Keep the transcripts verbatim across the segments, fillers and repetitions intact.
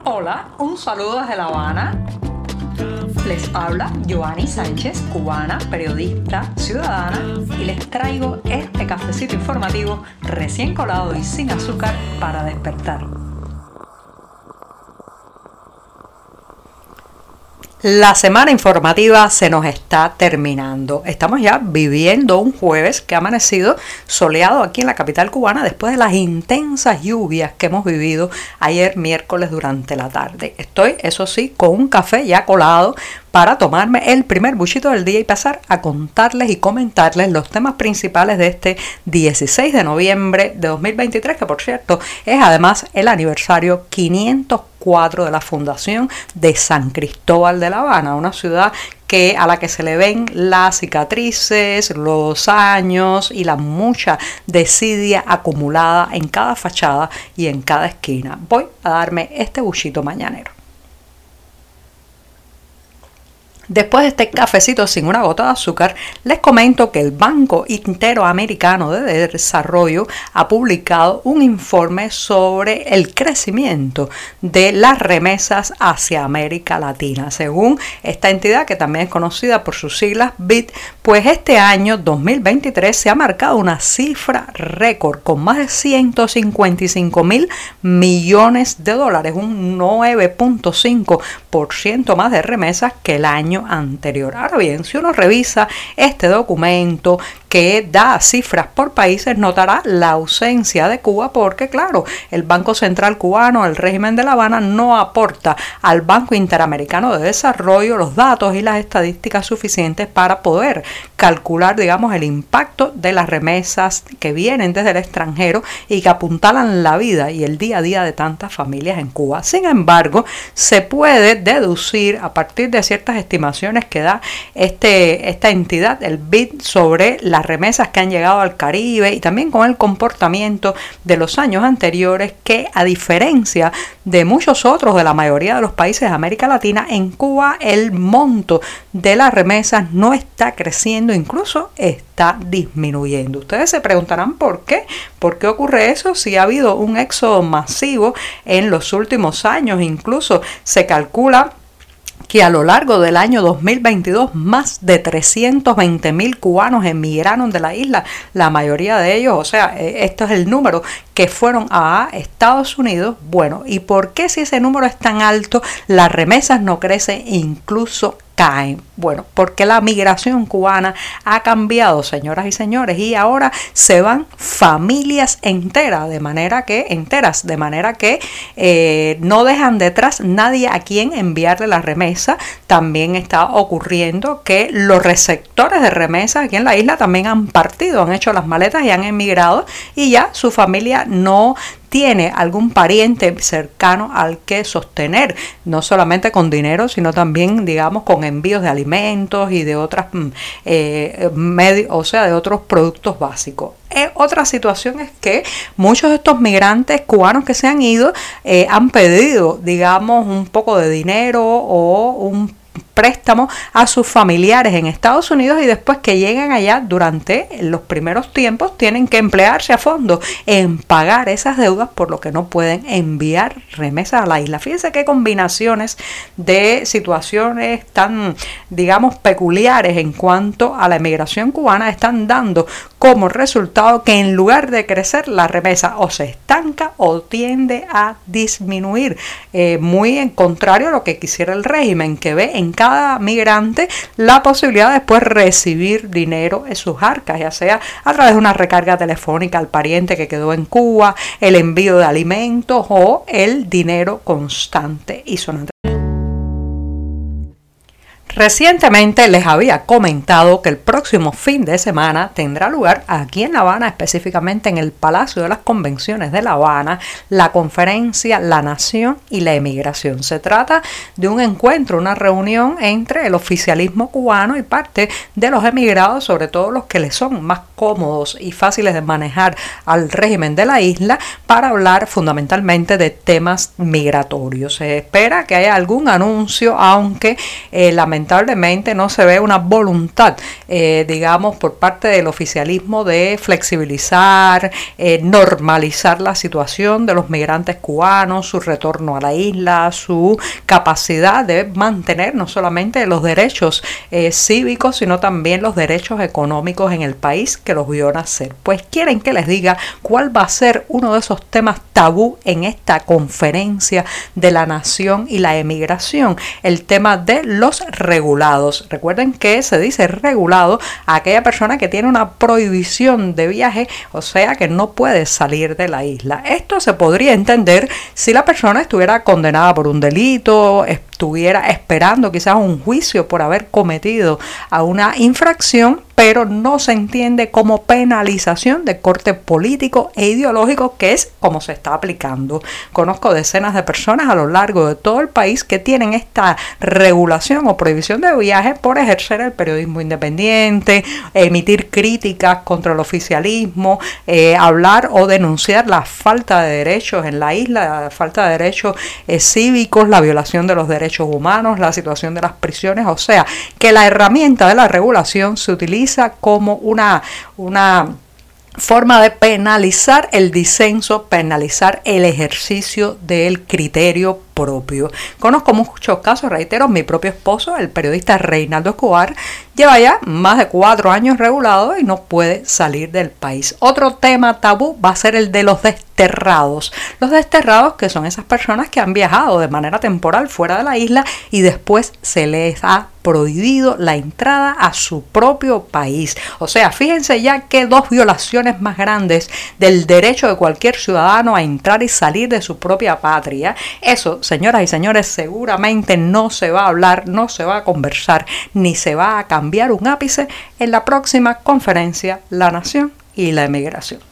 Hola, un saludo desde La Habana. Les habla Joanny Sánchez, cubana, periodista, ciudadana, y les traigo este cafecito informativo recién colado y sin azúcar para despertar. La semana informativa se nos está terminando. Estamos ya viviendo un jueves que ha amanecido soleado aquí en la capital cubana después de las intensas lluvias que hemos vivido ayer miércoles durante la tarde. Estoy, eso sí, con un café ya colado para tomarme el primer buchito del día y pasar a contarles y comentarles los temas principales de este dieciséis de noviembre de dos mil veintitrés, que por cierto es además el aniversario quinientos cuatro de la fundación de San Cristóbal de La Habana, una ciudad que a la que se le ven las cicatrices, los años y la mucha desidia acumulada en cada fachada y en cada esquina. Voy a darme este buchito mañanero. Después de este cafecito sin una gota de azúcar, les comento que el Banco Interamericano de Desarrollo ha publicado un informe sobre el crecimiento de las remesas hacia América Latina. Según esta entidad, que también es conocida por sus siglas B I D, pues este año dos mil veintitrés se ha marcado una cifra récord con más de ciento cincuenta y cinco mil millones de dólares, un nueve punto cinco por ciento más de remesas que el año anterior. Ahora bien, si uno revisa este documento que da cifras por países, notará la ausencia de Cuba porque, claro, el Banco Central cubano, el régimen de La Habana, no aporta al Banco Interamericano de Desarrollo los datos y las estadísticas suficientes para poder calcular, digamos, el impacto de las remesas que vienen desde el extranjero y que apuntalan la vida y el día a día de tantas familias en Cuba. Sin embargo, se puede deducir a partir de ciertas estimaciones que da este, esta entidad, el B I D, sobre las remesas que han llegado al Caribe y también con el comportamiento de los años anteriores, que a diferencia de muchos otros de la mayoría de los países de América Latina, en Cuba el monto de las remesas no está creciendo, incluso está disminuyendo. Ustedes se preguntarán por qué, por qué ocurre eso si ha habido un éxodo masivo en los últimos años. Incluso se calcula que a lo largo del año dos mil veintidós más de trescientos veinte mil cubanos emigraron de la isla, la mayoría de ellos, o sea, esto es el número, que fueron a Estados Unidos. Bueno, ¿y por qué, si ese número es tan alto, las remesas no crecen, incluso caen? Bueno, porque la migración cubana ha cambiado, señoras y señores, y ahora se van familias enteras, de manera que enteras, de manera que eh, no dejan detrás nadie a quien enviarle la remesa. También está ocurriendo que los receptores de remesas aquí en la isla también han partido, han hecho las maletas y han emigrado, y ya su familia no tiene algún pariente cercano al que sostener, no solamente con dinero, sino también, digamos, con envíos de alimentos y de otras eh, medios, o sea, de otros productos básicos. Eh, otra situación es que muchos de estos migrantes cubanos que se han ido eh, han pedido, digamos, un poco de dinero o un préstamo a sus familiares en Estados Unidos, y después que llegan allá durante los primeros tiempos tienen que emplearse a fondo en pagar esas deudas, por lo que no pueden enviar remesas a la isla. Fíjense qué combinaciones de situaciones tan, digamos, peculiares en cuanto a la emigración cubana están dando como resultado que en lugar de crecer, la remesa o se estanca o tiende a disminuir, eh, muy en contrario a lo que quisiera el régimen, que ve en cada migrante la posibilidad de después recibir dinero en sus arcas, ya sea a través de una recarga telefónica al pariente que quedó en Cuba, el envío de alimentos o el dinero constante y sonante. Recientemente les había comentado que el próximo fin de semana tendrá lugar aquí en La Habana, específicamente en el Palacio de las Convenciones de La Habana, la conferencia La Nación y la Emigración. Se trata de un encuentro, una reunión entre el oficialismo cubano y parte de los emigrados, sobre todo los que les son más cómodos y fáciles de manejar al régimen de la isla, para hablar fundamentalmente de temas migratorios. Se espera que haya algún anuncio, aunque eh, lamentablemente no se ve una voluntad, eh, digamos, por parte del oficialismo de flexibilizar, eh, normalizar la situación de los migrantes cubanos, su retorno a la isla, su capacidad de mantener no solamente los derechos eh, cívicos, sino también los derechos económicos en el país que los vio nacer. Pues quieren que les diga cuál va a ser uno de esos temas tabú en esta conferencia de la nación y la emigración, el tema de los regulados. Recuerden que se dice regulado a aquella persona que tiene una prohibición de viaje, o sea que no puede salir de la isla. Esto se podría entender si la persona estuviera condenada por un delito, estuviera esperando quizás un juicio por haber cometido a una infracción, pero no se entiende como penalización de corte político e ideológico, que es como se está aplicando. Conozco decenas de personas a lo largo de todo el país que tienen esta regulación o prohibición de viaje por ejercer el periodismo independiente, emitir críticas contra el oficialismo, eh, hablar o denunciar la falta de derechos en la isla, la falta de derechos eh, cívicos, la violación de los derechos humanos, la situación de las prisiones. O sea, que la herramienta de la regulación se utiliza como una, una forma de penalizar el disenso, penalizar el ejercicio del criterio propio. Conozco muchos casos, reitero, mi propio esposo, el periodista Reinaldo Escobar, lleva ya más de cuatro años regulado y no puede salir del país. Otro tema tabú va a ser el de los desterrados. Los desterrados, que son esas personas que han viajado de manera temporal fuera de la isla y después se les ha prohibido la entrada a su propio país. O sea, fíjense ya que dos violaciones más grandes del derecho de cualquier ciudadano a entrar y salir de su propia patria. Eso, señoras y señores, seguramente no se va a hablar, no se va a conversar, ni se va a cambiar un ápice en la próxima conferencia La Nación y la Emigración.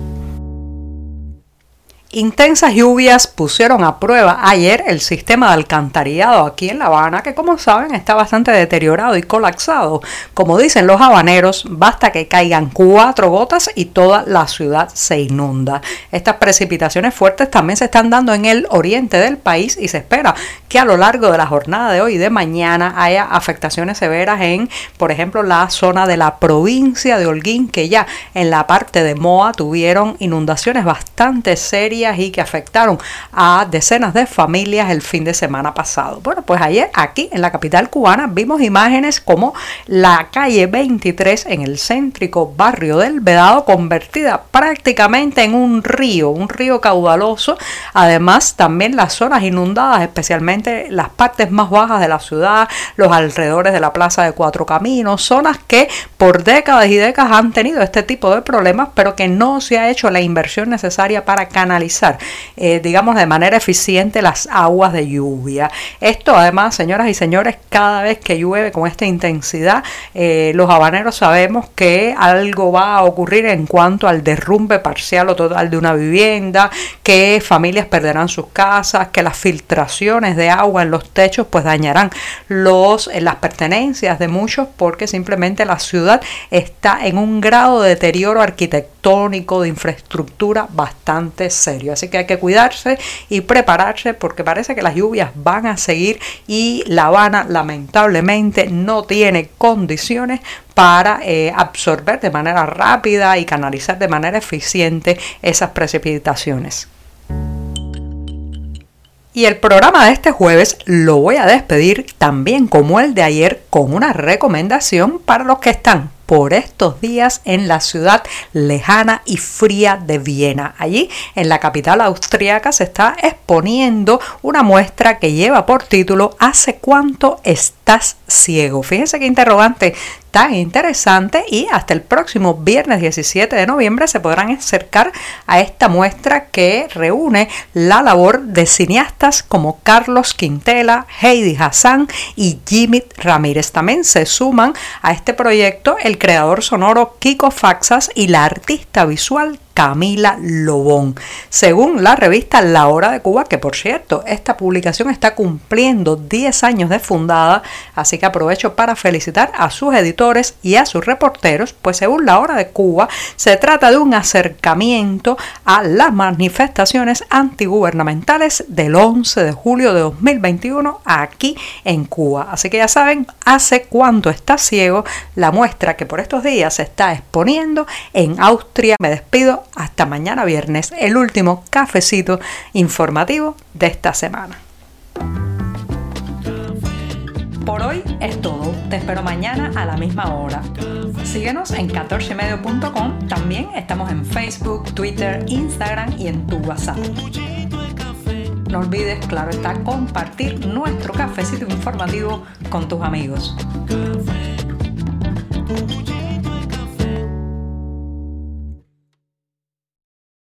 Intensas lluvias pusieron a prueba ayer el sistema de alcantarillado aquí en La Habana, que como saben está bastante deteriorado y colapsado. Como dicen los habaneros, basta que caigan cuatro gotas y toda la ciudad se inunda. Estas precipitaciones fuertes también se están dando en el oriente del país y se espera que a lo largo de la jornada de hoy y de mañana haya afectaciones severas en, por ejemplo, la zona de la provincia de Holguín, que ya en la parte de Moa tuvieron inundaciones bastante serias y que afectaron a decenas de familias el fin de semana pasado. Bueno, pues ayer aquí en la capital cubana vimos imágenes como la calle veintitrés en el céntrico barrio del Vedado convertida prácticamente en un río, un río caudaloso. Además, también las zonas inundadas, especialmente las partes más bajas de la ciudad, los alrededores de la Plaza de Cuatro Caminos, zonas que por décadas y décadas han tenido este tipo de problemas, pero que no se ha hecho la inversión necesaria para canalizar Eh, digamos de manera eficiente las aguas de lluvia. Esto además, señoras y señores, cada vez que llueve con esta intensidad, eh, los habaneros sabemos que algo va a ocurrir en cuanto al derrumbe parcial o total de una vivienda, que familias perderán sus casas, que las filtraciones de agua en los techos pues dañarán los, eh, las pertenencias de muchos, porque simplemente la ciudad está en un grado de deterioro arquitectónico, de infraestructura bastante serio. Así que hay que cuidarse y prepararse, porque parece que las lluvias van a seguir y La Habana lamentablemente no tiene condiciones para eh, absorber de manera rápida y canalizar de manera eficiente esas precipitaciones. Y el programa de este jueves lo voy a despedir también como el de ayer con una recomendación para los que están por estos días en la ciudad lejana y fría de Viena. Allí, en la capital austriaca, se está exponiendo una muestra que lleva por título ¿Hace cuánto estás ciego? Fíjense qué interrogante tan interesante, y hasta el próximo viernes diecisiete de noviembre se podrán acercar a esta muestra que reúne la labor de cineastas como Carlos Quintela, Heidi Hassan y Jimmy Ramírez. También se suman a este proyecto el creador sonoro Kiko Faxas y la artista visual Camila Lobón. Según la revista La Hora de Cuba, que por cierto, esta publicación está cumpliendo diez años de fundada, así que aprovecho para felicitar a sus editores y a sus reporteros, pues según La Hora de Cuba, se trata de un acercamiento a las manifestaciones antigubernamentales del once de julio de dos mil veintiuno aquí en Cuba. Así que ya saben, hace cuánto está ciego, la muestra que por estos días se está exponiendo en Austria. Me despido hasta mañana viernes, el último cafecito informativo de esta semana. Por hoy es todo. Te espero mañana a la misma hora. Síguenos en catorce y medio punto com. También estamos en Facebook, Twitter, Instagram y en tu WhatsApp. No olvides, claro está, compartir nuestro cafecito informativo con tus amigos. Café.